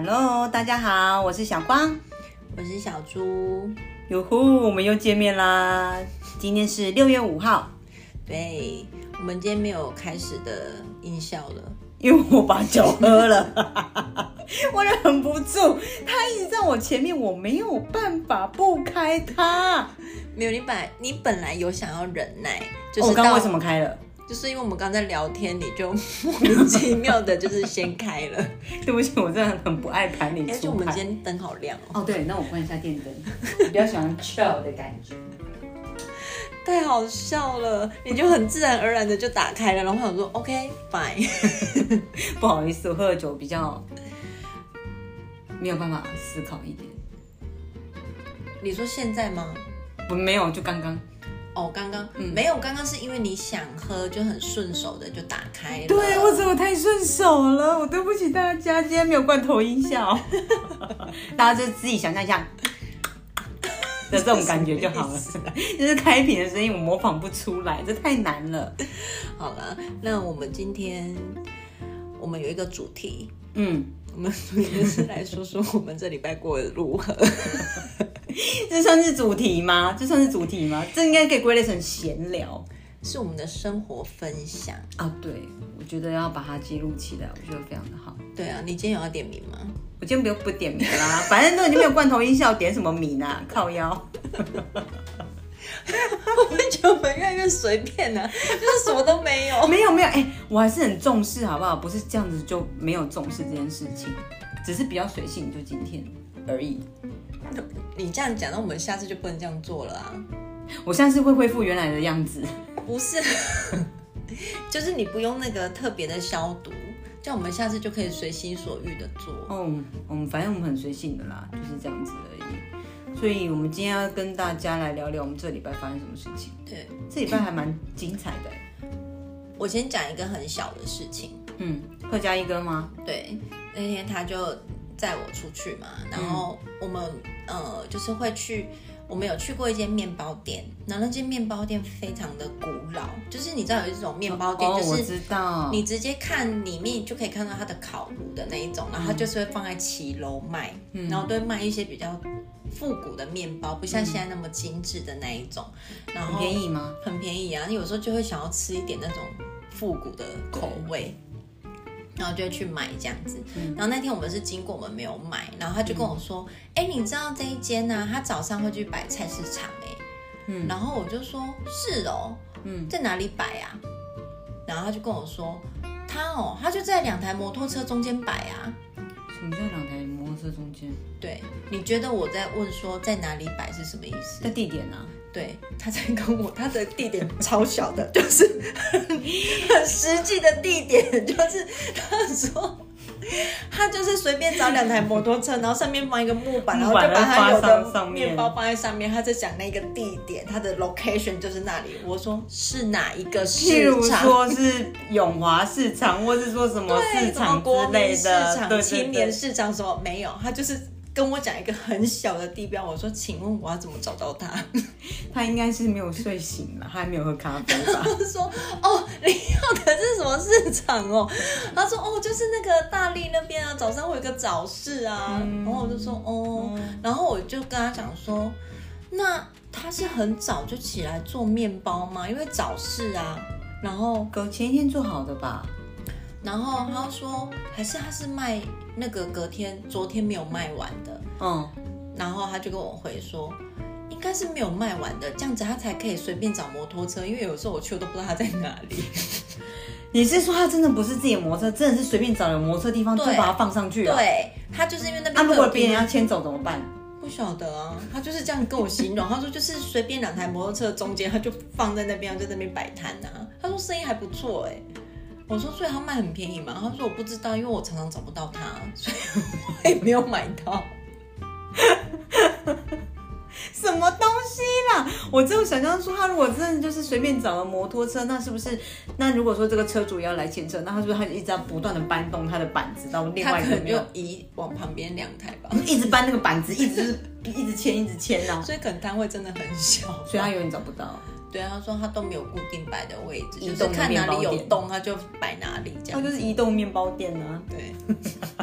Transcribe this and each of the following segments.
Hello， 大家好，我是小光， 我是小猪。 哟呼，我们又见面啦！今天是6月5号。 对，我们今天没有开始的音效了， 因为我把酒喝了，我忍不住，他一直在我前面，我没有办法不开他。 没有，你本来有想要忍耐，就是我刚刚为什么开了？ 就是因为我们刚在聊天，你就莫名其妙的就是先开了。 对不起，我真的很不爱盘你出牌。 就我们今天灯好亮哦。 哦，对，那我关一下电灯，我比较喜欢 chill 的感觉。 太好笑了，你就很自然而然的就打开了，然后我想说 OK fine。 不好意思，我喝了酒比较没有办法思考一点。 你说现在吗？ 不，没有，就刚刚。 哦，刚刚没有，刚刚是因为你想喝，就很顺手的就打开了。 对，我怎么太顺手了？我对不起大家，今天没有罐头音效，大家就自己想象一下的这种感觉就好了。就是开瓶的声音，我模仿不出来，这太难了。 好了，那我们今天我们有一个主题，我们主题就是来说说我们这礼拜过得如何。 这算是主题吗？这应该可以归类成闲聊， 是我们的生活分享啊。对，我觉得要把它记录起来，我觉得非常的好。 对啊，你今天有要点名吗？ 我今天不点名啦，反正都已经没有罐头音效，点什么名啊？靠腰。 我觉得我们越来越随便了，就是什么都没有。 没有，我还是很重视，好不好？不是这样子就没有重视这件事情，只是比较随性，就今天而已。 你这样讲，那我们下次就不能这样做了啊！ 我下次会恢复原来的样子。 不是，就是你不用那个特别的消毒，这样我们下次就可以随心所欲的做。 反正我们很随性的啦，就是这样子而已。所以我们今天要跟大家来聊聊我们这礼拜发生什么事情。 对， 这礼拜还蛮精彩的。 我先讲一个很小的事情。 贺家一哥吗？ 对，那天他就载我出去嘛，然后我们就是会去，我们有去过一间面包店，然后那间面包店非常的古老，就是你知道有一种面包店，就是我知道， 你直接看里面就可以看到它的烤炉的那一种，然后它就是会放在骑楼卖，然后都会卖一些比较复古的面包，不像现在那么精致的那一种。然后很便宜吗？ 很便宜啊，你有时候就会想要吃一点那种复古的口味。然后就会去买这样子，然后那天我们是经过，我们没有买，然后他就跟我说，你知道这一间啊，他早上会去摆菜市场然后我就说是哦，在哪里摆啊？然后他就跟我说，他就在2台摩托车中间摆啊。 什么叫2台摩托车中间？对， 你觉得我在问说在哪里摆是什么意思？ 在地点啊。 对，他在跟我，他的地点超小的，就是很实际的地点，就是他说他就是随便找2台摩托车，然后上面放一个木板，然后就把他有的面包放在上面，他在讲那个地点，他的 location 就是那里。我说是哪一个市场？ 譬如说是永华市场，或是说什么市场之类的， 市场、青年市场什么没有，他就是跟我讲一个很小的地标。我说请问我要怎么找到他？ 他应该是没有睡醒了，他还没有喝咖啡吧？ 他说你要的是什么市场哦？他说就是那个大利那边啊，早上会有一个早市啊。然后我就说然后我就跟他讲说，那他是很早就起来做面包吗？因为早市啊，然后前一天做好的吧。 然后他说还是他是卖那个昨天没有卖完的。然后他就跟我回说应该是没有卖完的，这样子他才可以随便找摩托车，因为有时候我去我都不知道他在哪里。 你是说他真的不是自己的摩托车，真的是随便找有摩托车的地方就把它放上去了？ 对，他就是因为那边如果别人要牵走怎么办？ 不晓得啊，他就是这样跟我形容。他说就是随便2台摩托车中间，他就放在那边，在那边摆摊啊。他说生意还不错我说所以他卖很便宜吗？他说我不知道，因为我常常找不到他，所以我也没有买到。 什么东西啦？我只有想象说，他如果真的就是随便找了摩托车，那是不是？那如果说这个车主要来牵车，那他是不是他一直要不断的搬动他的板子到另外一个？他可能就移往旁边2台吧， 一直搬那个板子，一直牵啊。 所以可能摊位真的很小， 所以他永远找不到。 对，他说他都没有固定摆的位置，就是看哪里有洞他就摆哪里这样。 他就是移动面包店啊。 对。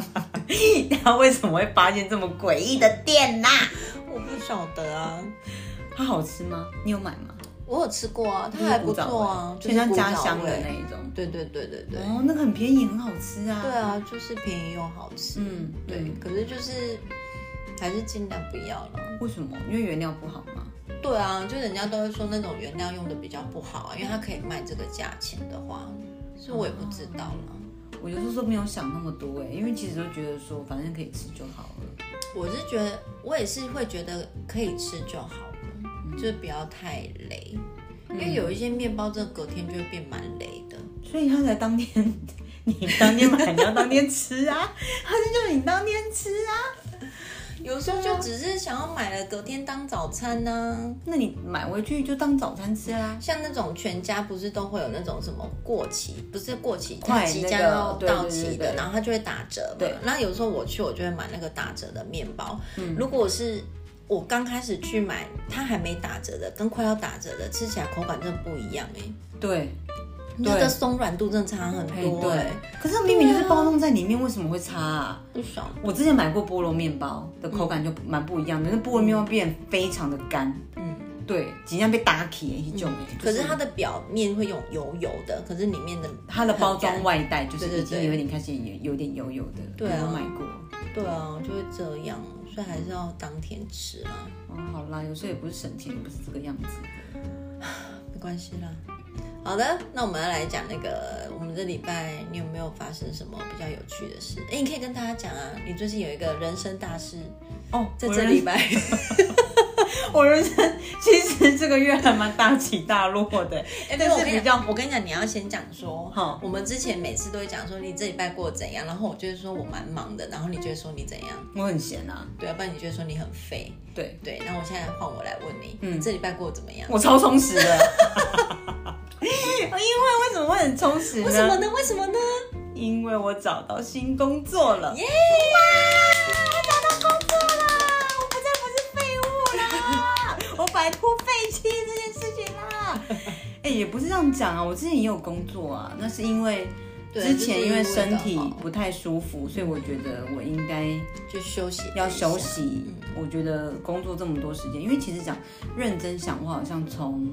他为什么会发现这么诡异的店啦？ 我不晓得啊。 它好吃吗？你有买吗？ 我有吃过啊，它还不错啊， 就像家乡的那一种。 对。 哦，那个很便宜，很好吃啊。 对啊，就是便宜又好吃。对。可是就是还是尽量不要了。 为什么？因为原料不好吗？ 对啊，就人家都会说那种原料用的比较不好啊，因为它可以卖这个价钱的话，所以我也不知道了。 我有时候没有想那么多因为其实都觉得说反正可以吃就好了。 我是觉得我也是会觉得可以吃就好了，就是不要太雷，因为有一些面包真的隔天就会变蛮雷的。 所以他才当天，你当天买你要当天吃啊，他就你当天吃啊。 有时候就只是想要买了隔天当早餐啊。 那你买回去就当早餐吃啊。 像那种全家不是都会有那种什么过期，不是过期， 快即将要到期的， 然后它就会打折嘛。 对。 然后有时候我去，我就会买那个打折的面包。如果是我刚开始去买，它还没打折的，跟快要打折的，吃起来口感真的不一样对。 那个松软度真的差很多可是它明明就是包装在里面，为什么会差啊？ 不晓得。 我之前买过菠萝面包的口感就蛮不一样的，那菠萝面包变非常的干，对，即将被打起一种可是它的表面会用油油的，可是里面的它的包装外带就是已经有点开始有点油油的。 对啊， 我买过。 对啊，就会这样，所以还是要当天吃啦。 好啦，有时候也不是省钱，也不是这个样子的， 没关系啦。好的，那我们要来讲那个，我们这礼拜你有没有发生什么比较有趣的事？你可以跟大家讲啊，你最近有一个人生大事在这礼拜。 我人生其实这个月还蛮大起大落的，但是比较我跟你讲，你要先讲说，我们之前每次都会讲说你这礼拜过得怎样，然后我就会说我蛮忙的，然后你就会说你怎样？ 我很闲啊， 对啊，不然你就会说你很废，对，然后我现在换我来问你，你这礼拜过得怎么样？ 我超充实的。因为什么会很充实呢？ 为什么呢？为什么呢？ 因为我找到新工作了。 耶！ 我找到工作了，我不再不是废物啦，我摆脱废弃这件事情啦。也不是这样讲啊，我之前也有工作啊，那是因为之前因为身体不太舒服，所以我觉得我应该就休息， 要休息。我觉得工作这么多时间，因为其实讲认真想，我好像从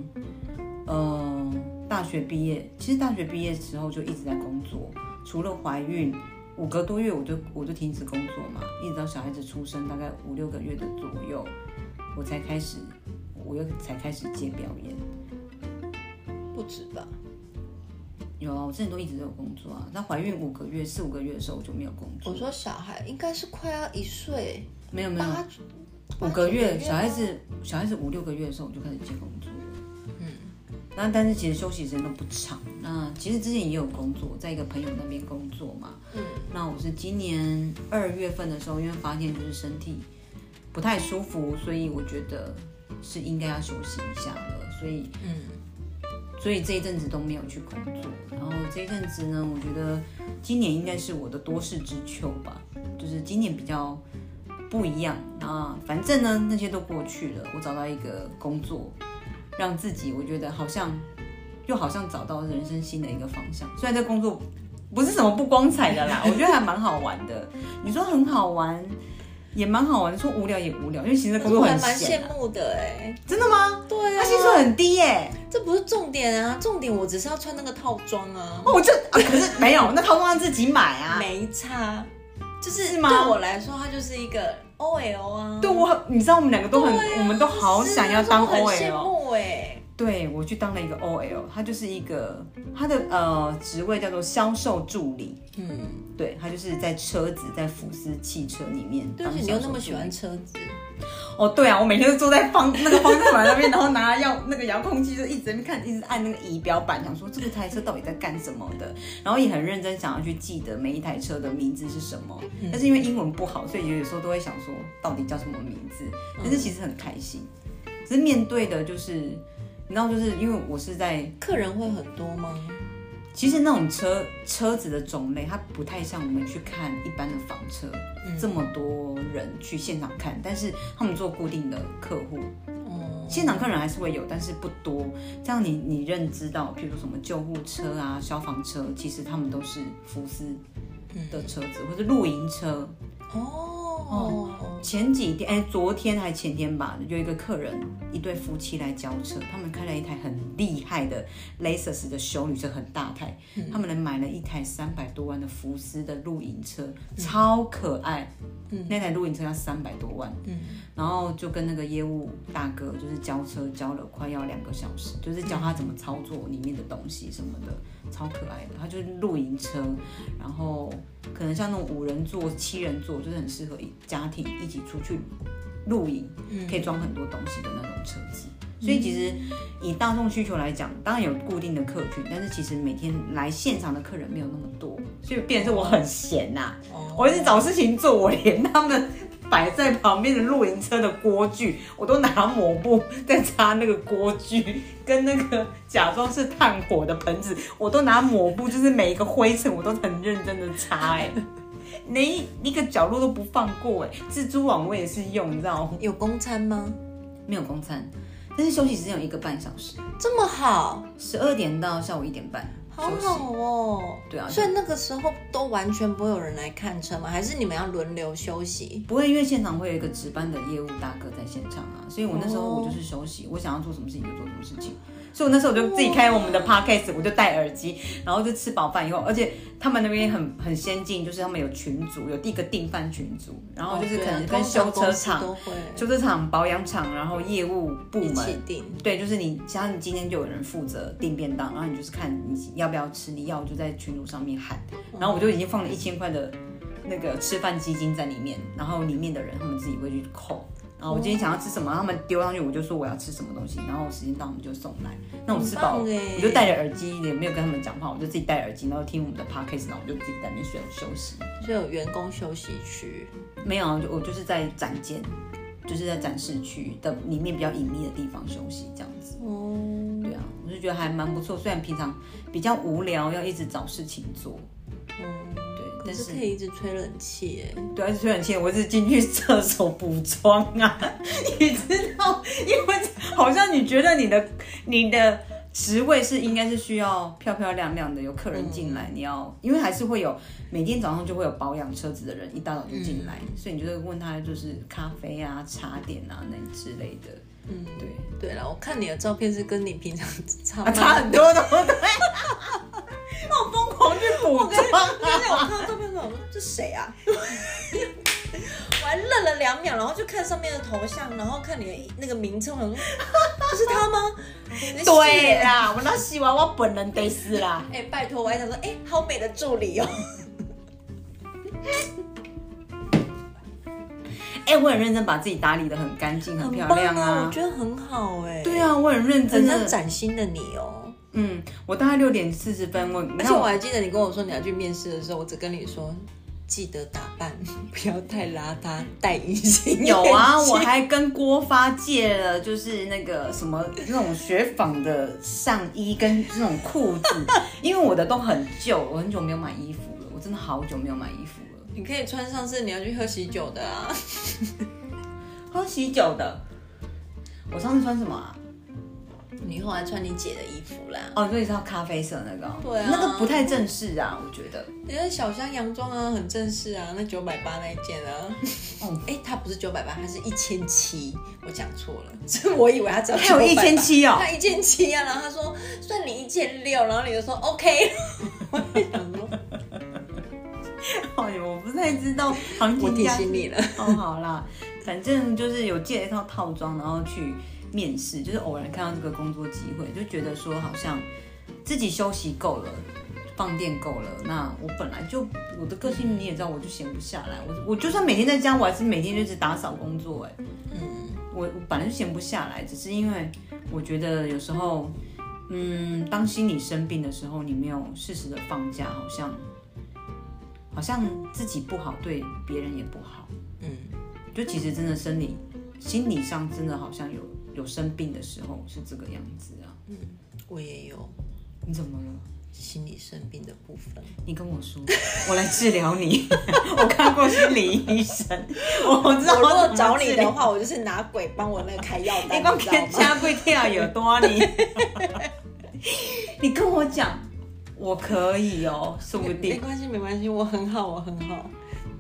大学毕业，其实大学毕业之后就一直在工作，除了怀孕5个多月我就停止工作嘛，一直到小孩子出生大概5、6个月的左右，我又才开始接表演。 不止吧？ 有啊，我之前都一直都有工作啊。那怀孕4、5个月的时候我就没有工作。 我说小孩应该是快要1岁， 没有5个月，小孩子5、6个月的时候我就开始接工作。但是其实休息时间都不长。那其实之前也有工作，在一个朋友那边工作嘛。那我是今年2月份的时候，因为发现就是身体不太舒服，所以我觉得是应该要休息一下了。所以这一阵子都没有去工作。然后这一阵子呢，我觉得今年应该是我的多事之秋吧，就是今年比较不一样。那反正呢，那些都过去了，我找到一个工作。让自己我觉得好像找到人生新的一个方向。虽然这工作不是什么不光彩的啦，我觉得还蛮好玩的。你说很好玩，也蛮好玩的；说无聊也无聊，因为其实这工作很闲。 我还蛮羡慕的真的吗？ 对啊， 他薪水很低这不是重点啊，重点我只是要穿那个套装啊。 可是没有，那套装要自己买啊， 没差。就是吗？ 对我来说，它就是一个 OL 啊。 对你知道我们2个都很，我们都好想要当 OL。 很羡慕对，我去当了一个 OL， 他就是一个他的职位叫做销售助理。对，他就是在福斯汽车里面当销售助理。对， 你又那么喜欢车子。 对啊，我每天都坐在那个方向盘那边，然后拿那个遥控器就一直在那边看，一直按那个仪表板，想说这台车到底在干什么的，然后也很认真想要去记得每一台车的名字是什么。但是因为英文不好，所以有时候都会想说到底叫什么名字。但是其实很开心，只是面对的就是。你知道，就是因为我是在客人会很多吗？ 其实那种车子的种类，它不太像我们去看一般的房车，这么多人去现场看，但是他们做固定的客户，现场客人还是会有，但是不多。这样你认知到，譬如说什么救护车啊、消防车，其实他们都是福斯的车子，或者露营车。 前几天昨天还前天吧，有一个客人，一对夫妻来交车，他们开了一台很厉害的 Lexus 的休旅车，很大台，他们买了一台300多万的福斯的露营车，超可爱。那台露营车要300多万，然后就跟那个业务大哥就是交车交了快要2个小时，就是教他怎么操作里面的东西什么的，超可爱的。他就是露营车，然后可能像那种5人座、7人座，就是很适合家庭一起出去露营，可以装很多东西的那种车子。所以其实以大众需求来讲，当然有固定的客群，但是其实每天来现场的客人没有那么多，所以变成是我很闲呐、我一直找事情做，我连他们摆在旁边的露营车的锅具，我都拿抹布在擦那个锅具，跟那个假装是炭火的盆子，我都拿抹布，就是每一个灰尘我都很认真的擦连一个角落都不放过蜘蛛网我也是用，你知道吗？ 有公餐吗？ 没有公餐，但是休息时间有1个半小时， 这么好 ，12点到下午1点半。 好好哦， 对啊， 所以那个时候都完全不会有人来看车吗？还是你们要轮流休息？ 不会，因为现场会有一个值班的业务大哥在现场啊，所以我那时候我就是休息，我想要做什么事情就做什么事情。所以我那时候我就自己开我们的 podcast， 我就戴耳机，然后就吃饱饭以后，而且他们那边很先进，就是他们有群组，有一个订饭群组，然后就是可能跟修车厂、保养厂，然后业务部门一起订。 对，就是你今天就有人负责订便当，然后你就是看你要不要吃，你要就在群组上面喊，然后我就已经放了1000块的那个吃饭基金在里面，然后里面的人他们自己会去扣。然后我今天想要吃什么，他们丢上去，我就说我要吃什么东西，然后时间到我们就送来。那我吃饱，我就戴着耳机，也没有跟他们讲话，我就自己戴耳机，然后听我们的 podcast， 然后我就自己在那边休息。 就有员工休息区？ 没有，我就是在展间，就是在展示区的里面比较隐秘的地方休息这样子。对啊，我就觉得还蛮不错，虽然平常比较无聊，要一直找事情做。 可是可以一直吹冷气耶。 对啊，一直吹冷气，我一直进去厕所补妆啊，你知道，因为好像你觉得你的职位是应该是需要漂漂亮亮的，有客人进来，你要因为还是会有每天早上就会有保养车子的人一大早就进来，所以你就会问他就是咖啡啊、茶点啊那之类的。 对啦，我看你的照片是跟你平常差很多的，对。我疯狂去补妆我看到照片的时候，我说这谁啊？我还愣了2秒，然后就看上面的头像，然后看你的那个名称，我说这是他吗？ 对啦，我那希望我本人得死啦。 拜托，我还想说，好美的助理哦。 我很认真把自己打理得很干净、很漂亮啊， 我觉得很好对啊，我很认真的， 很像崭新的你哦。 我大概6点40分， 而且我还记得你跟我说你要去面试的时候，我只跟你说记得打扮，不要太邋遢，戴隐形眼镜。 有啊，我还跟郭发借了，就是那个什么那种雪纺的上衣跟这种裤子，因为我的都很旧，我很久没有买衣服了，我真的好久没有买衣服了。 你可以穿上是你要去喝喜酒的啊， 喝喜酒的。我上次穿什么啊？ 你后来穿你姐的衣服啦。 所以是要咖啡色那个。 对啊， 那个不太正式啊，我觉得。 你那小香洋装啊，很正式啊，那980那一件啊。它不是980，它是1700，我讲错了，所以我以为他只要还有1700哦， 他1700啊，然后他说算你1600，然后你就说 OK， 我在想说。 我不太知道行情价。 我提醒你了。 好啦，反正就是有借了一套套装，然后去面试，就是偶然看到这个工作机会，就觉得说好像自己休息够了，放电够了。那我本来就我的个性你也知道，我就闲不下来。我就算每天在家，我还是每天就一直打扫工作。我本来就闲不下来，只是因为我觉得有时候，当心理生病的时候，你没有适时的放假，好像自己不好，对别人也不好。就其实真的心理上真的好像有生病的时候是这个样子啊。 我也有。 你怎么了？ 心理生病的部分， 你跟我说，我来治疗你。我看过心理医生，我知道。 我如果找你的话，我就是拿鬼帮我那个开药单， 你讲给加贵跳有多你？你跟我讲。我可以哦，说不定。 没关系，我很好。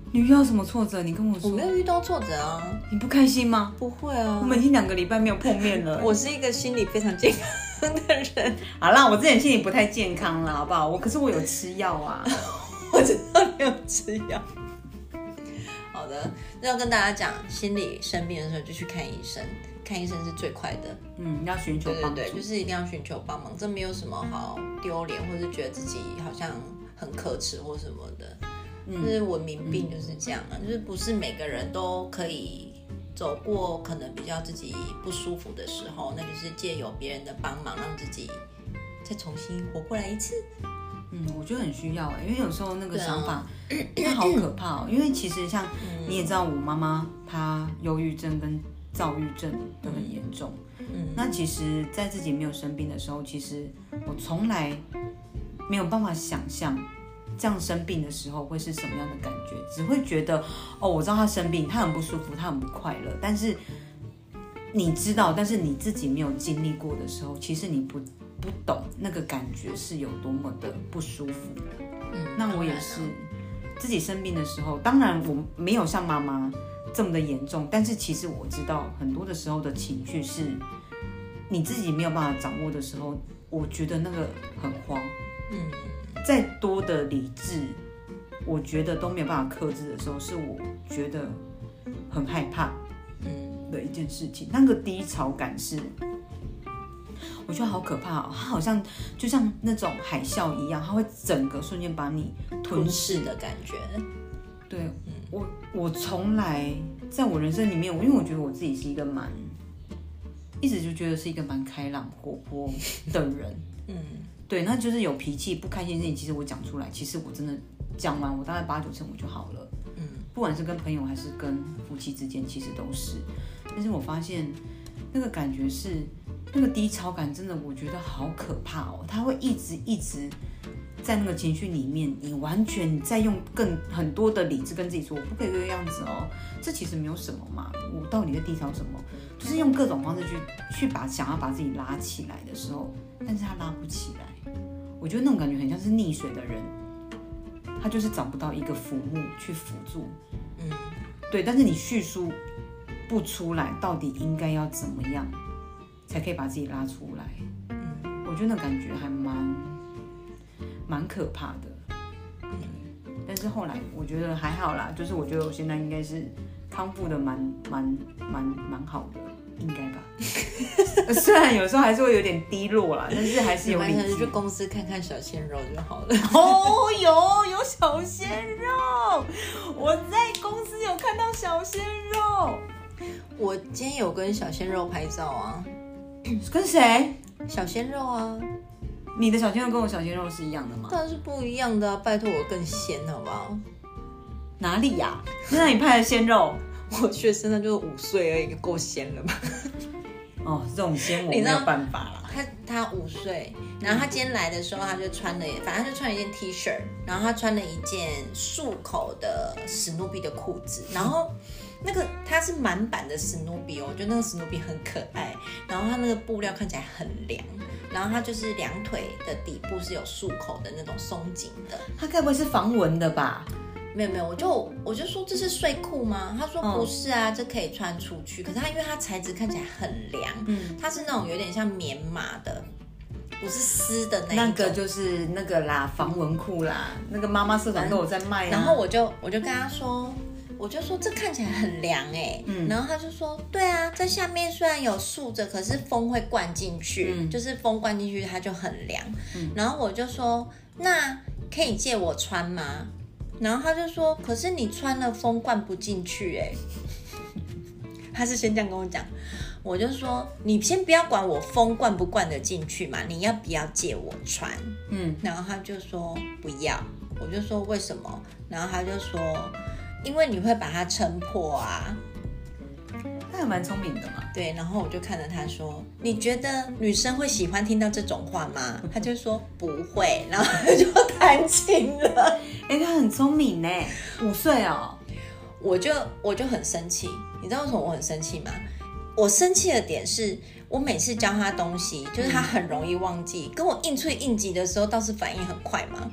你遇到什么挫折？你跟我说。 我没有遇到挫折啊。 你不开心吗？ 不会啊， 我们已经2个礼拜没有碰面了。 我是一个心理非常健康的人。 好啦，我之前心理不太健康啦，好不好？可是我有吃药啊。 我知道你有吃药。好的，那要跟大家讲，心理生病的时候就去看医生，看医生是最快的。 要寻求帮助。 对，就是一定要寻求帮忙，这没有什么好丢脸，或是觉得自己好像很可耻或什么的。就是文明病就是这样啊，就是不是每个人都可以走过可能比较自己不舒服的时候，那就是借由别人的帮忙，让自己再重新活过来一次。 我觉得很需要因为有时候那个想法，它好可怕哦。因为其实像你也知道，我妈妈她忧郁症跟躁郁症都很严重。那其实，在自己没有生病的时候，其实我从来没有办法想象这样生病的时候会是什么样的感觉，只会觉得我知道她生病，她很不舒服，她很不快乐。但是你知道，但是你自己没有经历过的时候，其实你不懂那个感觉是有多么的不舒服。那我也是自己生病的时候，当然我没有像妈妈这么的严重，但是其实我知道很多的时候的情绪是你自己没有办法掌握的时候，我觉得那个很慌。再多的理智，我觉得都没有办法克制的时候，是我觉得很害怕的一件事情。那个低潮感是，我觉得好可怕它好像就像那种海啸一样，它会整个瞬间把你吞噬的感觉。 对，我从来在我人生里面，因为我觉得我自己是一个一直就觉得是一个蛮开朗活泼的人。对，那就是有脾气不开心的事情，其实我讲出来，其实我真的讲完，我大概8、9成我就好了。不管是跟朋友还是跟夫妻之间，其实都是。但是我发现那个感觉是那个低潮感，真的我觉得好可怕它会一直在那个情绪里面，你完全你在用很多的理智跟自己说，我不可以这个样子这其实没有什么嘛，我到底在低潮什么？就是用各种方式去想要把自己拉起来的时候，但是他拉不起来。我觉得那种感觉很像是溺水的人，他就是找不到一个浮木去辅助。对，但是你叙述不出来，到底应该要怎么样才可以把自己拉出来？我觉得那感觉还蛮可怕的。但是后来我觉得还好啦，就是我觉得我现在应该是康复的蛮好的，应该吧。虽然有时候还是会有点低落啦，但是还是有理智。 去公司看看小鲜肉就好了。 有小鲜肉，我在公司有看到小鲜肉。 我今天有跟小鲜肉拍照啊。 跟谁？ 小鲜肉啊。 你的小鲜肉跟我小鲜肉是一样的吗？ 当然是不一样的拜托我更鲜好不好？ 哪里呀？那你拍的鲜肉？ 我学生呢就是5岁而已，够鲜了吧？ 这种鲜我没有办法啦。 他5岁，然后他今天来的时候，他就穿了，反正他就穿了一件 T 恤，然后他穿了一件束口的史努比的裤子，然后那个它是满版的史努比我觉得那个史努比很可爱，然后它那个布料看起来很凉，然后它就是2腿的底部是有束口的那种松紧的。 它该不会是防蚊的吧？ 没有，我就说这是睡裤吗？他说不是啊，这可以穿出去。可是它因为它材质看起来很凉，它是那种有点像棉麻的，不是丝的那一种。 那个就是那个啦，防蚊裤啦，那个妈妈社团都有在卖啊。 然后我就跟他说，这看起来很凉然后他就说，对啊，这下面虽然有竖着，可是风会灌进去，就是风灌进去它就很凉。然后我就说，那可以借我穿吗？然后他就说，可是你穿了风灌不进去他是先这样跟我讲，我就说你先不要管我风灌不灌得进去嘛，你要不要借我穿？然后他就说不要，我就说为什么？然后他就说因为你会把它撑破啊。 他还蛮聪明的嘛。 对，然后我就看着他说，你觉得女生会喜欢听到这种话吗？他就说不会，然后他就弹琴了。 他很聪明呢，5岁哦。 我就很生气，你知道为什么我很生气吗？我生气的点是我每次教他东西，就是他很容易忘记，跟我硬催硬挤的时候倒是反应很快嘛。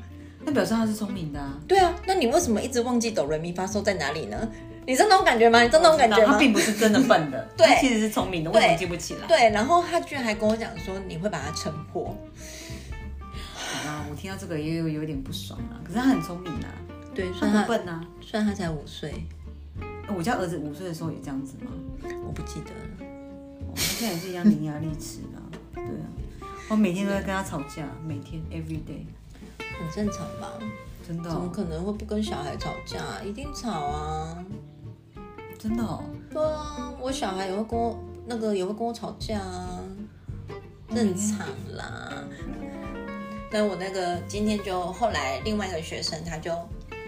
那表示他是聪明的啊。 对啊，那你为什么一直忘记哆来咪发嗦在哪里呢？你知道那种感觉吗？你知道那种感觉吗？ 他并不是真的笨的， 对， 他其实是聪明的，为什么记不起来？ 对，然后他居然还跟我讲说你会把他撑破。 好啦，我听到这个也有点不爽啊。可是他很聪明啊， 对， 他不笨啊。 虽然他才5岁， 我家儿子5岁的时候也这样子吗？ 我不记得了。 他现在也是一样伶牙俐齿啊。对啊，我每天都在跟他吵架，每天 every day， 很正常吧？ 真的、 怎么可能会不跟小孩吵架？一定吵啊！ 真的哦。 对啊，我小孩也会跟我吵架啊，正常啦。但我今天就后来另外一个学生他就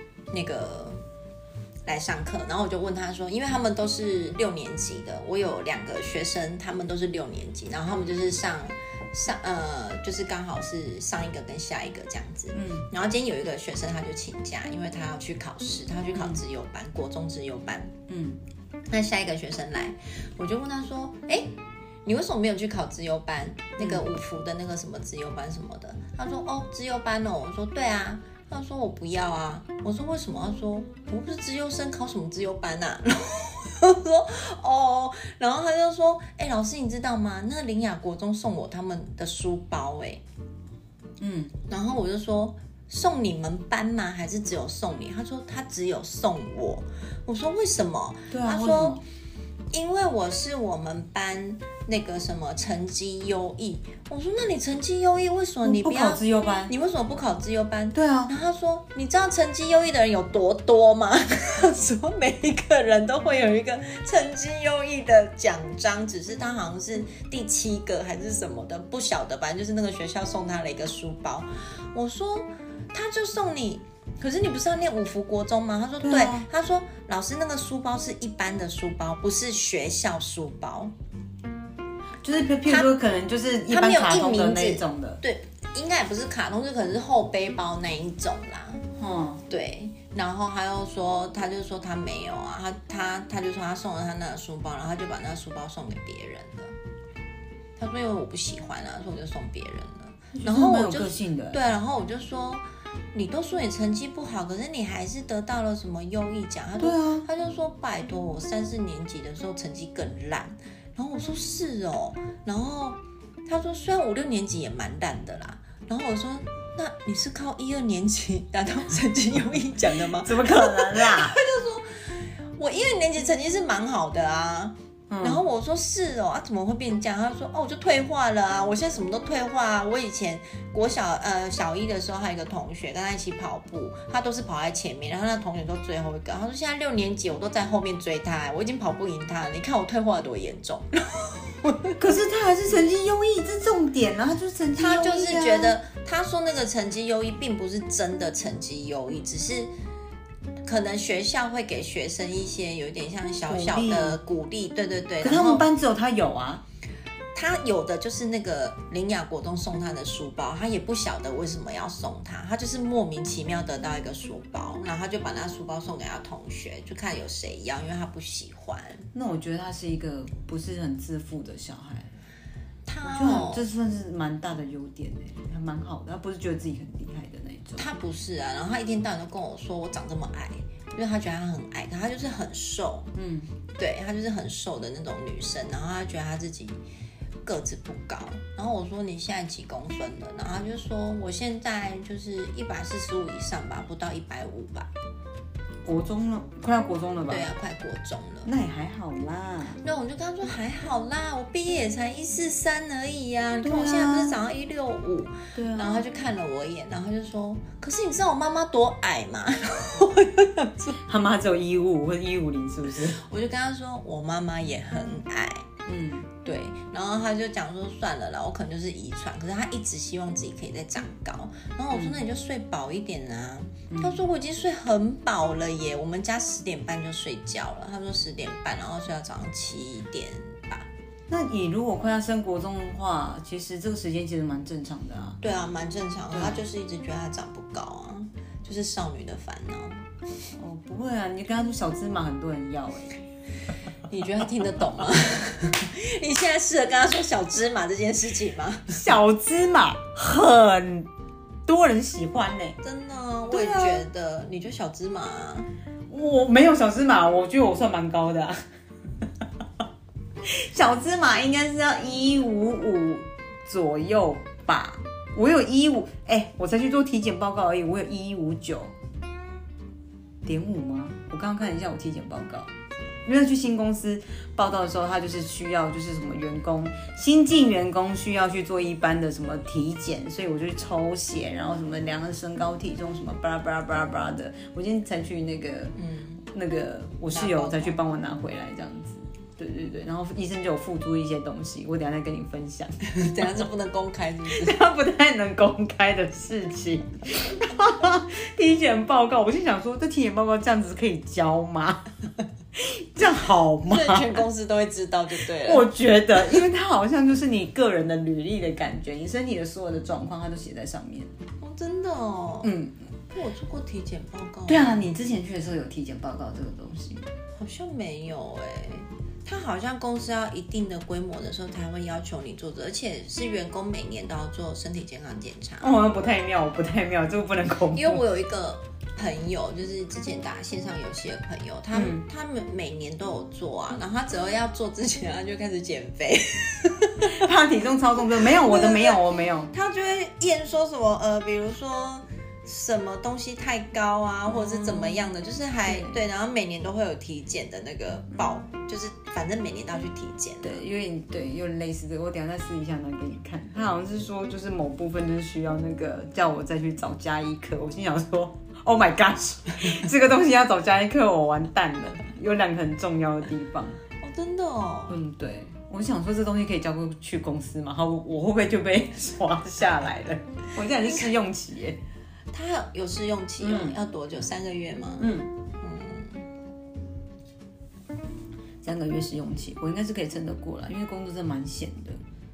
来上课，然后我就问他说，因为他们都是6年级的，我有2个学生，他们都是6年级，然后他们就是就是刚好是上一个跟下一个这样子。然后今天有一个学生他就请假，因为他要去考试，他要去考资优班，国中资优班。那下一个学生来，我就问他说，你为什么没有去考资优班？那个5福的那个什么资优班什么的？他说资优班哦。我说对啊。他说我不要啊。我说为什么？他说我不是资优生，考什么资优班啊？然后我说哦，然后他就说老师你知道吗？那林雅国中送我他们的书包然后我就说送你们班吗？还是只有送你？他说他只有送我。我说为什么？ 对啊， 他说因为我是我们班那个什么成绩优异。我说那你成绩优异，为什么你不要考资优班？ 你为什么不考资优班？ 对啊。 然后他说你知道成绩优异的人有多多吗？他说每一个人都会有一个成绩优异的奖章，只是他好像是第7个还是什么的，不晓得，反正就是那个学校送他了一个书包。我说他就送你，可是你不是要念5福国中吗？他说对啊。他说老师那个书包是一般的书包，不是学校书包， 就是譬如说可能就是一般卡通的那一种的。 对，应该也不是卡通，就可能是后背包那一种啦。对。然后他就说他没有啊，他就说他送了他那个书包，然后他就把那个书包送给别人了。他说因为我不喜欢啊，所以我就送别人了。然后我就对，然后我就说你都说你成绩不好，可是你还是得到了什么优异奖。他说他就说拜托，我3、4年级的时候成绩更烂。然后我说是哦。然后他说虽然5、6年级也蛮烂的啦。然后我说那你是靠1、2年级拿到成绩优异奖的吗？ 怎么可能啦？ 他就说我1、2年级成绩是蛮好的啊。然后我说是哦，怎么会变这样？他说我就退化了啊，我现在什么都退化啊。我以前国小1的时候，还有一个同学跟他一起跑步，他都是跑在前面，然后那同学都最后一个。他说现在6年级我都在后面追他，我已经跑不赢他了，你看我退化多严重。 可是他还是成绩优异，这是重点啊，他就是成绩优异啊。 他就是觉得他说那个成绩优异并不是真的成绩优异，只是可能学校会给学生一些有点像小小的鼓励，对对对。 可是他们班只有他有啊。 他有的就是那个林雅国中送他的书包，他也不晓得为什么要送他，他就是莫名其妙得到一个书包，然后他就把那书包送给他同学，就看有谁要，因为他不喜欢。 那我觉得他是一个不是很自负的小孩。这算是蛮大的优点欸，还蛮好的。他不是觉得自己很厉害的那一种。 他不是啊，然后他一天到晚都跟我说我长这么矮，因为他觉得他很矮，可他就是很瘦。对，他就是很瘦的那种女生，然后他觉得他自己个子不高，然后我说你现在几公分了？然后他就说我现在就是145以上吧，不到150吧。 国中了，快要国中了吧？ 对啊，快国中了。 那也还好啦。 那我就跟他说还好啦，我毕业也才143而已啊，你看我现在不是长到165。 对啊。 然后他就看了我一眼，然后就说，可是你知道我妈妈多矮吗？我就想说， 他妈只有155或者150是不是？ 我就跟他说我妈妈也很矮。对，然后他就讲说算了啦，我可能就是遗传，可是他一直希望自己可以再长高。然后我说那你就睡饱一点啊。他说我已经睡很饱了耶，我们家10点半就睡觉了。他说10点半，然后睡到早上7点吧。 那你如果快要升国中的话，其实这个时间其实蛮正常的啊。 对啊，蛮正常的。他就是一直觉得他长不高啊，就是少女的烦恼。 不会啊，你跟他说小芝麻很多人要你觉得他听得懂吗？你现在适合跟他说小芝麻这件事情吗？ 小芝麻很多人喜欢呢。 真的，我也觉得，你就小芝麻啊。 我没有小芝麻，我觉得我算蛮高的啊。小芝麻应该是要155左右吧，我有15，我才去做体检报告而已，我有1159.5吗？我刚刚看了一下我体检报告，因为去新公司报道的时候，他就是需要就是什么员工新进员工需要去做一般的什么体检，所以我就去抽血，然后什么量身高体重什么巴拉巴拉巴拉巴拉的，我今天才去那个我室友再去帮我拿回来这样子。对对对，然后医生就有附注一些东西，我等一下再跟你分享。 等一下是不能公开是不是？ 这样不太能公开的事情。体检报告，我心想说，这体检报告这样子可以交吗？这样好吗？ 所以全公司都会知道就对了。 我觉得，因为它好像就是你个人的履历的感觉，你身体的所有的状况，它都写在上面。 哦，真的哦。 嗯， 我做过体检报告。 对啊，你之前去的时候有体检报告这个东西吗？ 好像没有他好像公司要一定的规模的时候才会要求你做的，而且是员工每年都要做身体健康检查。 哦，不太妙，这个不能公布。 因为我有一个朋友，就是之前打线上游戏的朋友，他们每年都有做啊，然后他只要做之前，他就开始减肥。 他体重超重的，没有我的没有，我没有。 他就会验说什么比如说什么东西太高啊，或者是怎么样的，就是对，然后每年都会有体检的那个报，就是反正每年都要去体检。 对，因为有点类似这个，我等一下再试一下拿给你看。他好像是说，就是某部分就是需要那个叫我再去找家医科，我心想说 ，Oh my gosh， 这个东西要找家医科，我完蛋了。有2个很重要的地方。 哦，真的哦。 对。我想说这东西可以交过去公司嘛？好，我会不会就被刷下来了？我现在是试用期耶。 它有试用期要多久？3个月吗 ？3个月试用期，我应该是可以撑得过啦，因为工作真的蛮闲的。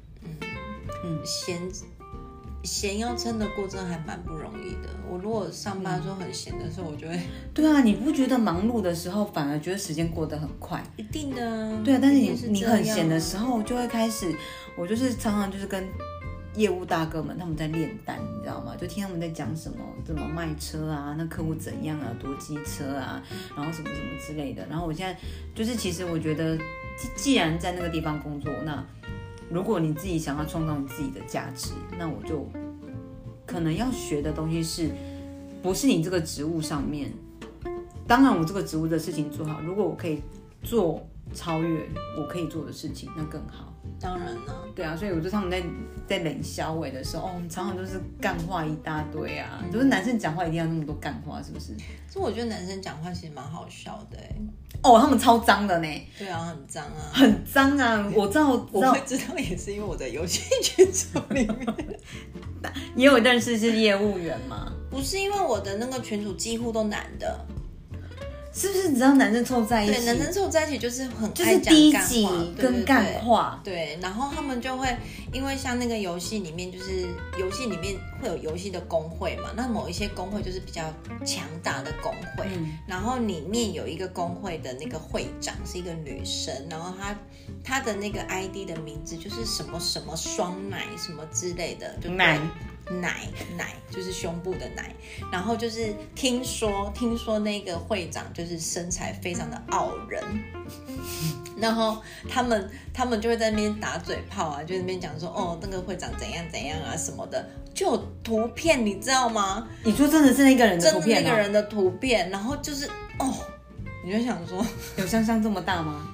闲要撑得过，真的还蛮不容易的。我如果上班的时候很闲的时候，我就会。 对啊，你不觉得忙碌的时候反而觉得时间过得很快？ 一定的啊。 对啊，但是你很闲的时候就会开始，我就是常常就是跟业务大哥们他们在练单，你知道吗？就听他们在讲什么，怎么卖车啊，那客户怎样啊，多机车啊，然后什么什么之类的。然后我现在就是，其实我觉得，既然在那个地方工作，那如果你自己想要创造你自己的价值，那我就可能要学的东西是，不是你这个职务上面。当然，我这个职务的事情做好，如果我可以做超越我可以做的事情，那更好。 当然了， 对啊，所以我觉得他们在冷消尾的时候，常常都是干话一大堆啊，就是男生讲话一定要那么多干话，是不是？ 所以我觉得男生讲话其实蛮好笑的他们超脏的呢。 对啊，很脏啊， 很脏啊！我知道， 我会知道也是因为我在游戏群组里面也有认识是业务员吗？ 不是，因为我的那个群组几乎都男的。 是不是只要男生凑在一起？ 对，男生凑在一起就是很爱讲干话，跟干话。 对，然后他们就会因为像那个游戏里面，就是游戏里面会有游戏的公会嘛，那某一些公会就是比较强大的公会，然后里面有一个公会的那个会长是一个女生，然后她的那个 ID 的名字就是什么什么双奶什么之类的，就奶就是胸部的奶，然后就是听说那个会长就是身材非常的傲人，然后他们就会在那边打嘴炮啊，就在那边讲说那个会长怎样怎样啊什么的，就有图片你知道吗？ 你说真的是那个人的图片？ 真的那个人的图片，然后就是你就想说有香香这么大吗？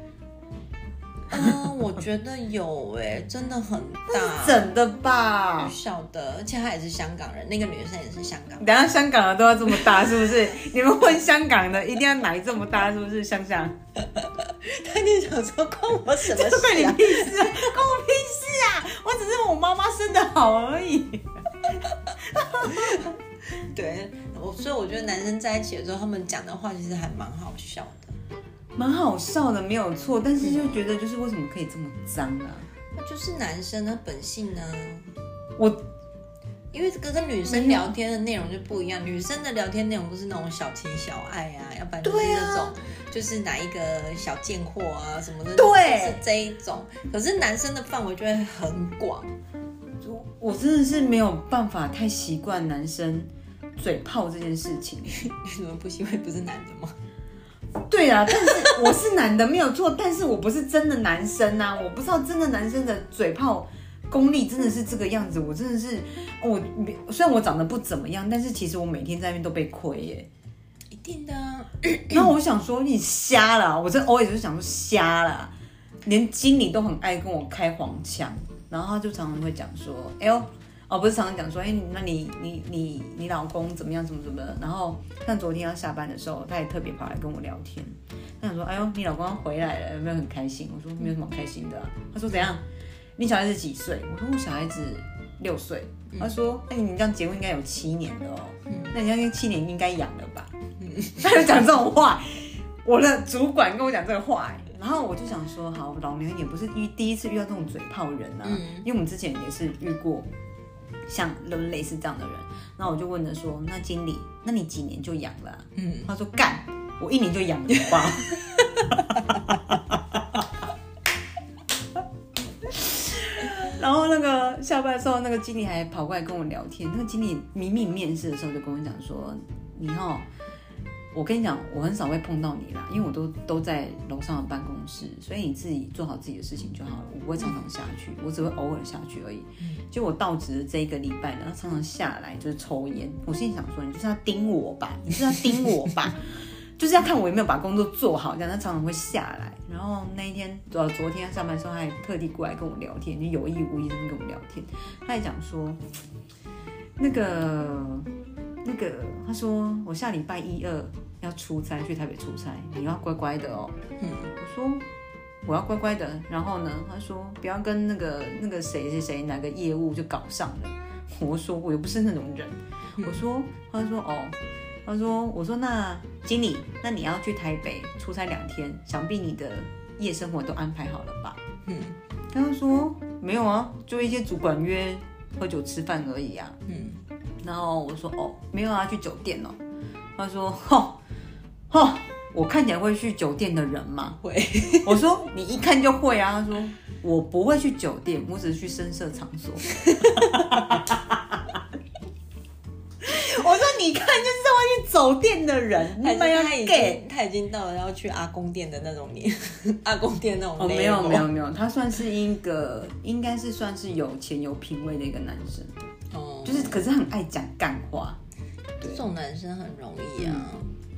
我觉得有真的很大， 整的吧？ 不晓得，而且她也是香港人，那个女生也是香港人。 等一下香港的都要这么大是不是？你们问香港的一定要奶这么大是不是？香香， 他就想说关我什么事啊？ 这关你屁事啊！关我屁事啊！我只是我妈妈生得好而已。 对，所以我觉得男生在一起的时候，他们讲的话其实还蛮好笑的。 蛮好笑的，没有错，但是就觉得就是为什么可以这么脏啊？ 那就是男生的本性呢。因为这个跟女生聊天的内容就不一样，女生的聊天内容都是那种小情小爱啊，要不然就是那种就是哪一个小贱货啊什么的， 对， 是这一种。可是男生的范围就会很广。 我真的是没有办法太习惯男生嘴炮这件事情。 你怎么不因为不是男的吗？ 对啊，但是我是男的没有错，但是我不是真的男生啊，我不知道真的男生的嘴炮功力真的是这个样子。我真的是，虽然我长得不怎么样，但是其实我每天在那边都被亏耶。 一定的啊。 然后我想说你瞎了，我真的 always 就想说瞎了，连经理都很爱跟我开黄腔，然后他就常常会讲说，哎呦。不是常常讲说，那你老公怎么样，怎么的？然后像昨天要下班的时候，他也特别跑来跟我聊天。他想说，哎呦，你老公要回来了，有没有很开心？我说没有什么开心的啊。他说怎样？你小孩子几岁？我说我小孩子6岁。他说，那你这样结婚应该有7年了哦。那你这样7年应该养了吧？他就讲这种话，我的主管跟我讲这个话。然后我就想说，好，老娘也不是第一次遇到这种嘴炮人啊，因为我们之前也是遇过。像类似这样的人，然后我就问他说：“那经理，那你几年就养了啊？”他说：“干，我1年就养了吧。”然后那个下班的时候，那个经理还跑过来跟我聊天。那个经理明明面试的时候就跟我讲说：“你我跟你讲，我很少会碰到你啦，因为我都在楼上的办公室，所以你自己做好自己的事情就好了。我不会常常下去，我只会偶尔下去而已。就我到职的这一个礼拜呢，他常常下来就是抽烟。我心里想说，你就是要盯我吧，你就是要盯我吧，就是要看我有没有把工作做好。这样他常常会下来。然后那一天，昨天他上班的时候，他还特地过来跟我聊天，就有意无意的跟我聊天。他还讲说，那个，他说我下礼拜1、2要出差去台北出差，你要乖乖的哦。我说我要乖乖的。然后呢，他说不要跟那个谁哪个业务就搞上了。我说我又不是那种人。他说我说那经理，那你要去台北出差2天，想必你的夜生活都安排好了吧？他就说没有啊，就一些主管约喝酒吃饭而已啊。然后我说没有啊，去酒店哦。他说我看起来会去酒店的人吗？会。我说你一看就会啊。他说我不会去酒店，我只是去声色场所。我说你看就是会去酒店的人， 他已经到了要去阿公店的那种年，阿公店那种。 没有，他算是应该是算是有钱有品味的一个男生。就是可是很爱讲干话。 这种男生很容易啊。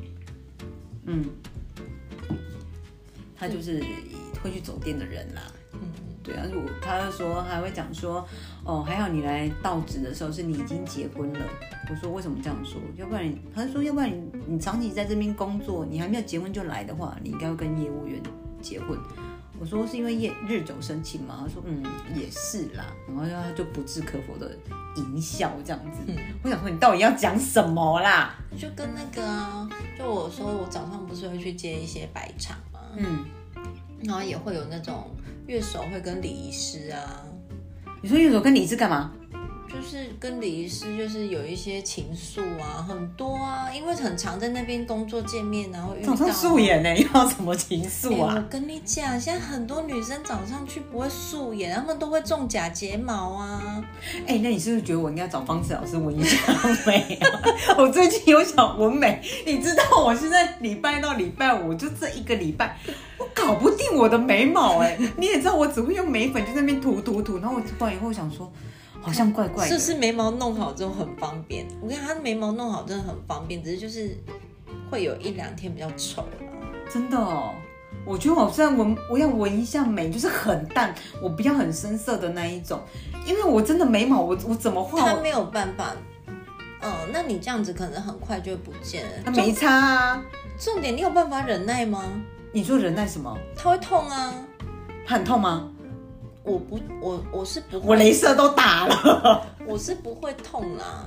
他就是会去酒店的人啦。对啊，他就说还会讲说，还好你来到职的时候是你已经结婚了。我说为什么这样说？他就说要不然你长期在这边工作，你还没有结婚就来的话，你应该会跟业务员结婚。我说是因为日久生情嘛。他说也是啦。然后他就不置可否的淫笑这样子。我想说你到底要讲什么啦？ 就跟那个啊，就我说我早上不是会去接一些白场嘛。然后也会有那种乐手会跟礼仪师啊。 你说乐手跟礼仪师干嘛？ 就是跟礼仪师就是有一些情愫啊，很多啊，因为很常在那边工作见面啊，会遇到。 早上素颜呢，要什么情愫啊？ 我跟你讲，现在很多女生早上去不会素颜，她们都会种假睫毛啊。 那你是不是觉得我应该找方式老师纹一下眉啊？我最近有想纹眉，你知道我现在礼拜到礼拜五就这一个礼拜，我搞不定我的眉毛你也知道我只会用眉粉就在那边涂，然后我涂完以后想说。好像怪怪的， 是不是眉毛弄好之后很方便？我跟你讲，他眉毛弄好真的很方便，只是就是会有1-2天比较丑啦。 真的我觉得我虽然我要纹一下眉，就是很淡，我不要很深色的那一种，因为我真的眉毛我怎么画？ 他没有办法。那你这样子可能很快就会不见了。 他没差啊。 重点你有办法忍耐吗？ 你说忍耐什么？ 他会痛啊。 他很痛吗？ 我是不会， 我雷射都打了， 我是不会痛啦。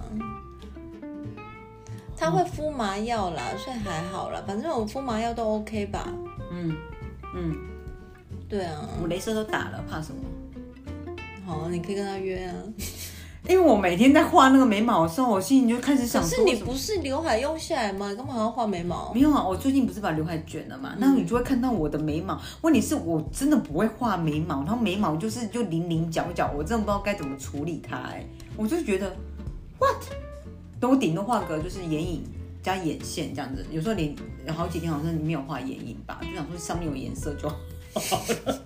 他会敷麻药啦，所以还好啦，反正我敷麻药都 OK 吧。对啊， 我雷射都打了，怕什么？ 好，你可以跟他约啊。 因为我每天在画那个眉毛的时候，我心里就开始想说， 可是你不是刘海用下来吗？你干嘛还要画眉毛？ 没有啊，我最近不是把刘海卷了嘛，那你就会看到我的眉毛。问题是我真的不会画眉毛，然后眉毛就零零角角，我真的不知道该怎么处理它。我就觉得 what， 等我顶多画个就是眼影加眼线这样子，有时候连好几天好像没有画眼影吧，就想说上面有颜色就好了。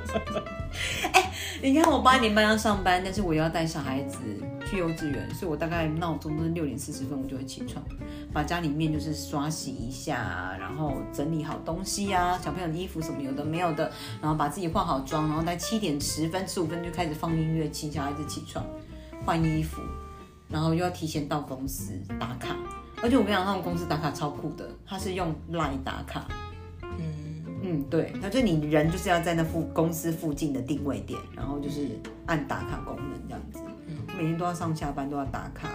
你看我8点半要上班，但是我要带小孩子去幼稚园，所以我大概闹钟都是6点40分我就会起床，把家里面就是刷洗一下，然后整理好东西啊，小朋友的衣服什么有的没有的，然后把自己化好妆，然后在7点10分15分就开始放音乐，请小孩子起床换衣服，然后又要提前到公司打卡。而且我跟你讲，他们公司打卡超酷的，他是用 LINE 打卡。对，那就你人就是要在那公司附近的定位点，然后就是按打卡功能这样子。每天都要上下班都要打卡。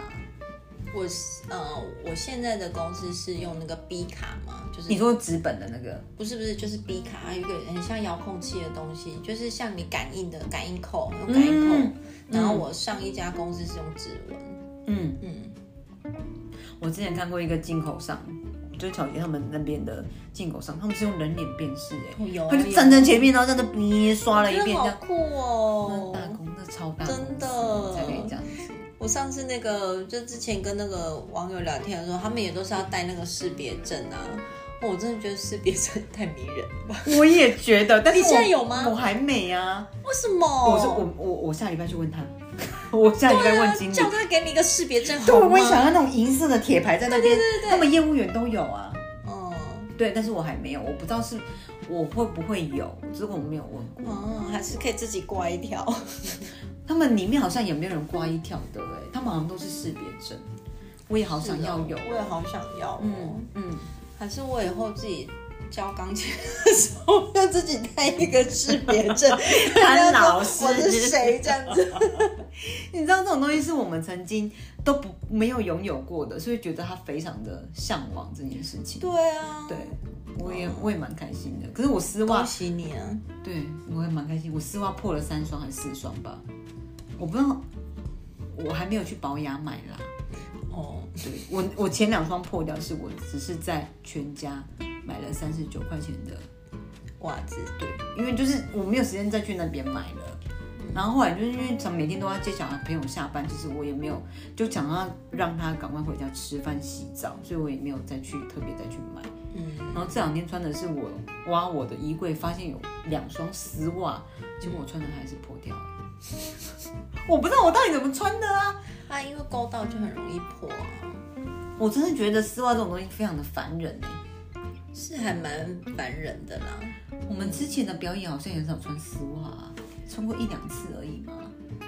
我现在的公司是用那个 B 卡嘛，就是你说纸本的那个？ 不是，就是 B 卡，还有一个很像遥控器的东西，就是像你感应的感应扣，用感应扣。然后我上一家公司是用指纹。 我之前看过一个进口商。就是巧杰他们那边的进口商，他们是用人脸辨识他就站在前面，然后在那边刷了一遍，这样好酷哦！ 那大公，那超大公司， 真的才可以这样子。 我上次就之前跟那个网友聊天的时候，他们也都是要带那个识别证啊。我真的觉得识别证太迷人了吧？ 我也觉得，但是你现在有吗？ 我还没啊。 为什么？ 我下礼拜去问他。我下礼拜问经理， 叫他给你一个识别证好吗？ 对，我也想要那种银色的铁牌在那边，他们业务员都有啊。对，但是我还没有，我不知道是我会不会有，这个我没有问过。 还是可以自己挂一条。 他们里面好像也没有人挂一条的他们好像都是识别证。我也好想要有， 我也好想要。还是我以后自己教钢琴的时候要自己带一个识别证， 看老师我是谁这样子。 你知道这种东西是我们曾经都没有拥有过的，所以觉得他非常的向往这件事情。 对啊， 对，我也蛮开心的。可是我丝袜， 恭喜你啊！ 对，我也蛮开心。我丝袜破了3双还是4双吧，我不知道，我还没有去保养买啦。对，我前2双破掉，是我只是在全家买了39块钱的袜子。 对，因为就是我没有时间再去那边买了。然后后来就是因为每天都要接小孩朋友下班，其实我也没有就想要让他赶快回家吃饭洗澡，所以我也没有特别再去买。然后这2天穿的是我挖我的衣柜，发现有2双丝袜，结果我穿的还是破掉了。我不知道我到底怎么穿的啊！ 因为勾到就很容易破啊。 我真的觉得丝袜这种东西非常的烦人是还蛮烦人的啦。 我们之前的表演好像也很少穿丝袜穿过1-2次而已嘛。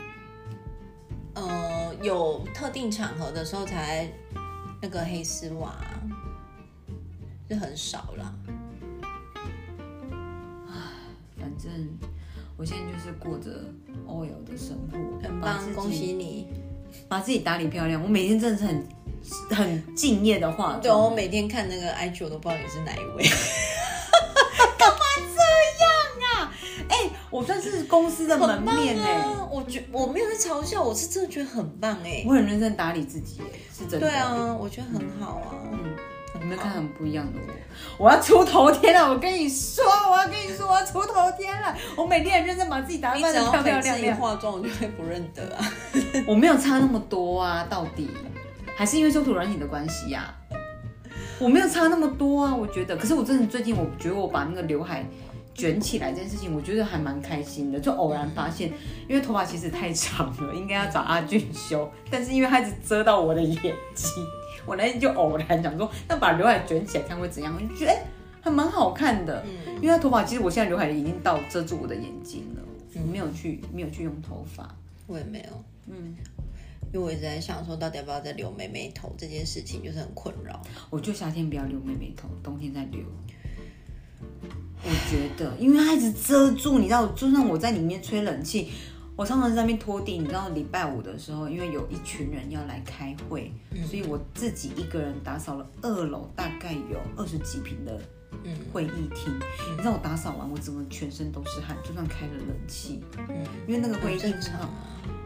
有特定场合的时候才那个黑丝袜，就很少啦。 反正我现在就是过着 OL 的生活， 很棒，恭喜你， 把自己打理漂亮。我每天真的是很敬业的化妆。 对，我每天看那个 IG 我都不知道你是哪一位。 干嘛这样啊？我算是公司的门面我没有在嘲笑，我是真的觉得很棒我很认真打理自己是真的。 对啊，我觉得很好啊。 你们看很不一样的我要出头天了！我跟你说，我要出头天了！我每天很认真把自己打扮得漂漂亮亮。 化妆我就会不认得啊。 我没有差那么多啊，到底还是因为修图软体的关系呀？我没有差那么多啊，我觉得。可是我真的最近，我觉得我把那个刘海卷起来这件事情，我觉得还蛮开心的。就偶然发现，因为头发其实太长了，应该要找阿俊修，但是因为它一直遮到我的眼睛。我那天就偶然想说，那把刘海卷起来看会怎样？我就觉得还蛮好看的。因为他头发其实我现在刘海已经到遮住我的眼睛了，我没有去用头发。 我也没有。因为我一直在想说，到底要不要再留妹妹头这件事情，就是很困扰。 我就夏天不要留妹妹头，冬天再留。我觉得，因为它一直遮住，你知道，就算我在里面吹冷气。我常常在那边拖地，你知道礼拜5的时候，因为有一群人要来开会，所以我自己一个人打扫了2楼，大概有20几坪的会议厅。你知道我打扫完，我整个全身都是汗，就算开了冷气，因为那个会议厅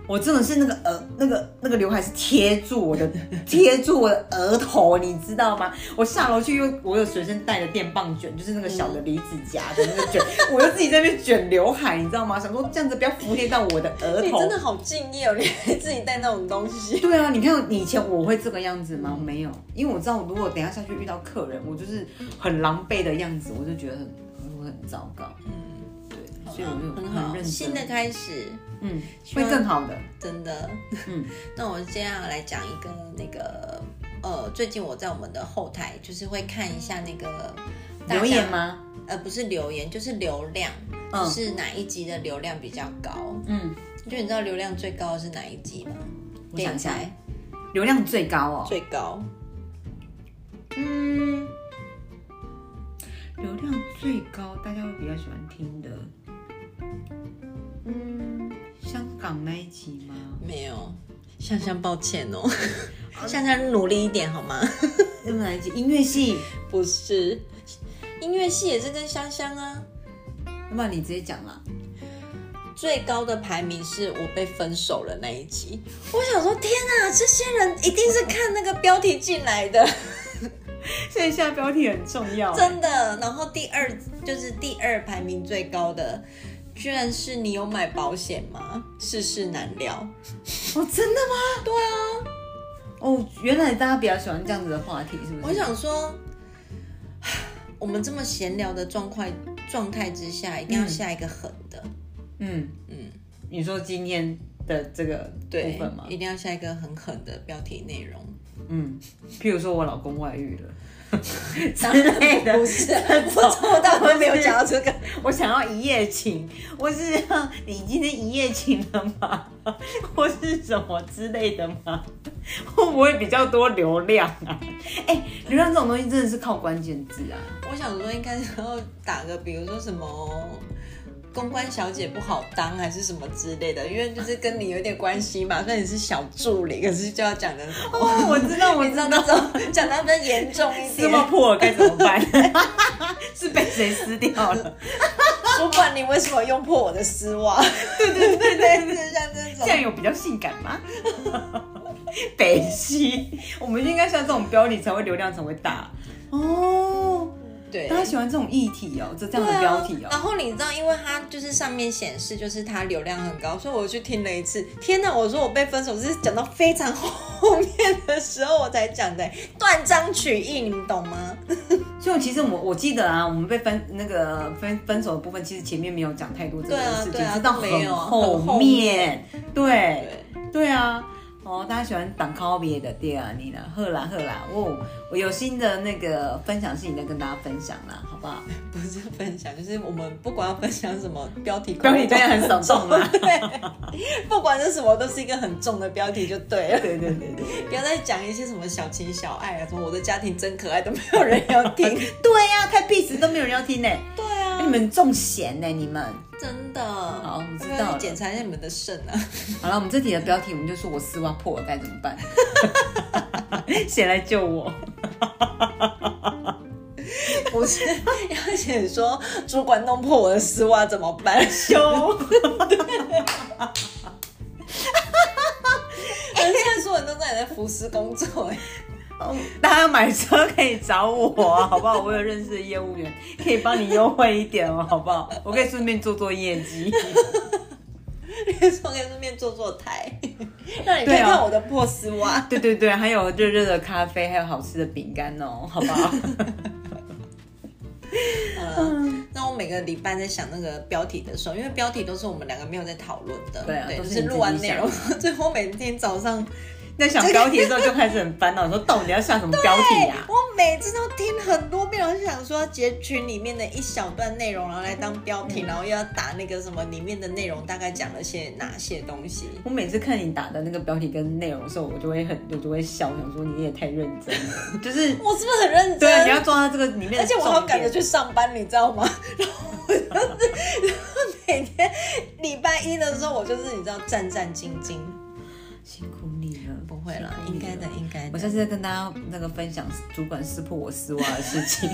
我真的是那个刘海是贴住我的额头，你知道吗？我下楼去我有随身带的电棒卷，就是那个小的离子夹的那个卷，我就自己在那边卷刘海，你知道吗？想说这样子不要敷贴到我的额头。 你真的好敬业哦，你还自己带那种东西。 对啊，你看以前我会这个样子吗？没有，因为我知道如果等一下下去遇到客人，我就是很狼狈的样子，我就觉得很糟糕。对，所以我就很好， 认真。 新的开始。 会更好的， 真的。那我接下来来讲一个那个最近我在我们的后台就是会看一下那个留言吗？ 不是留言，就是流量，就是哪一集的流量比较高。就你知道流量最高的是哪一集吗？ 我想一下，流量最高哦， 最高。 流量最高，大家会比较喜欢听的。香港那一集吗？ 没有，香香抱歉哦，香香努力一点好吗？ 哪一集？音乐系？ 不是，音乐系也是跟香香啊。 要不然你直接讲啦。 最高的排名是我被分手了那一集。我想说，天哪，这些人一定是看那个标题进来的。 所以下标题很重要， 真的。然后第二排名最高的。居然是你有买保险吗？世事难料。 哦，真的吗？ 对啊。 哦，原来大家比较喜欢这样子的话题，是不是？ 我想说，我们这么闲聊的状态之下，一定要下一个狠的。 你说今天的这个部分吗？ 一定要下一个很狠的标题内容。 譬如说我老公外遇了。 之类的，不是，我从头到尾没有讲到这个。 我想要一夜情，我是让你今天一夜情了吗？或是什么之类的吗？会不会比较多流量啊？流量这种东西真的是靠关键字啊。 我想说应该要打个，比如说什么公关小姐不好当还是什么之类的，因为就是跟你有点关系嘛，虽然你是小助理，可是就要讲的我知道那种讲到比较严重一点， 丝袜破了该怎么办？是被谁撕掉了？ 主管，你为什么用破我的丝袜？ 对， 像这种， 这样有比较性感吗？北西，我们应该像这种标题才会流量才会大哦。对，大家喜欢这种议题哦，这样的标题哦。 然后你知道，因为它就是上面显示就是它流量很高，所以我去听了一次。天哪！我说我被分手是讲到非常后面的时候我才讲的，断章取义，你们懂吗？ 所以其实我记得啊，我们被分手的部分，其实前面没有讲太多这个事情，直到很后面。对啊。大家喜欢挡靠别的，对啊，你呢？喝啦，我有新的那个分享事情再跟大家分享啦，好不好？ 不是分享，就是我们不管要分享什么标题真的很耸动啊， 对，不管是什么都是一个很重的标题就对了， 对， 不要再讲一些什么小情小爱啊，什么我的家庭真可爱都没有人要听， 对呀，太屁事都没有人要听呢， 对啊， 你们重咸呢，你们。 真的， 好，我知道了。 检查一下你们的肾啊。 好了，我们这题的标题，我们就说我丝袜破了该怎么办？谁来救我？ 不是，要写说主管弄破我的丝袜怎么办？ 修。 现在所有人都在服饰工作大家买车可以找我，好不好？我有认识的业务员，可以帮你优惠一点哦，好不好？我可以顺便做业绩。 可以顺便做台，让你看看我的破丝袜。 对，还有热热的咖啡，还有好吃的饼干哦，好不好？ 那我每个礼拜在想那个标题的时候，因为标题都是我们两个没有在讨论的， 对， 就是录完内容，最后每天早上在想标题的时候就开始很烦恼，说到底要下什么标题啊？ 我每次都听很多遍，我就想说截取里面的一小段内容，然后来当标题，然后又要打那个什么里面的内容大概讲了些哪些东西。 我每次看你打的那个标题跟内容的时候，我就会笑，想说你也太认真了，就是我是不是很认真？ 对，你要抓到这个里面的， 而且我还要赶着去上班，你知道吗？然后我就是每天礼拜一的时候，我就是你知道战战兢兢。 辛苦你了， 不会啦，应该的。 我下次再跟大家那个分享主管撕破我丝袜的事情。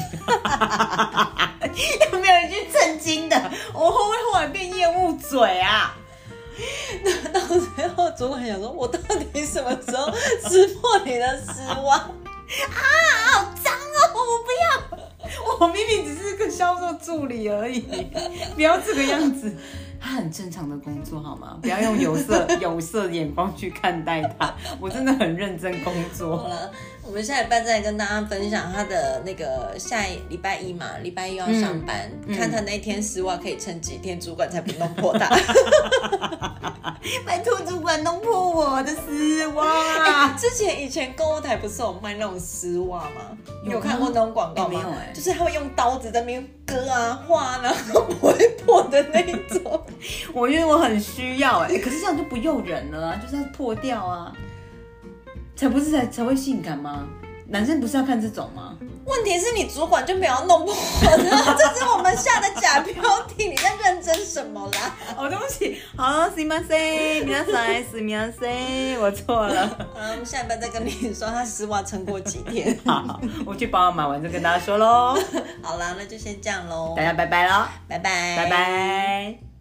有没有一句震惊的？我会不会后来变业务嘴啊？ 到最后主管想说，我到底什么时候撕破你的丝袜？ 好脏哦！我不要，我明明只是个销售助理而已，不要这个样子。他很正常的工作好吗？不要用有色眼光去看待他。我真的很认真工作。 好了，我们下礼拜再跟大家分享他的那个礼拜一嘛，礼拜一要上班，看他那天丝袜可以撑几天，主管才不弄破他。 拜托主管弄破我的丝袜。 以前购物台不是有卖那种丝袜吗？你有看过那种广告吗？ 没有就是他会用刀子在那边割啊、画啊，然后不会破的那一种。 我觉得我很需要可是这样就不诱人了啊，就是要破掉啊，才会性感吗？男生不是要看这种吗？ 问题是你主管就没有弄破它，这是我们下的假标题，你在认真什么啦？ 哦，对不起，好，すみません，皆さんすみません，我错了。 好，我们下礼拜再跟你说他丝袜撑过几天。 好，我去帮我买完就跟大家说咯。 好啦，那就先这样咯， 大家拜拜咯， 拜拜， 拜拜。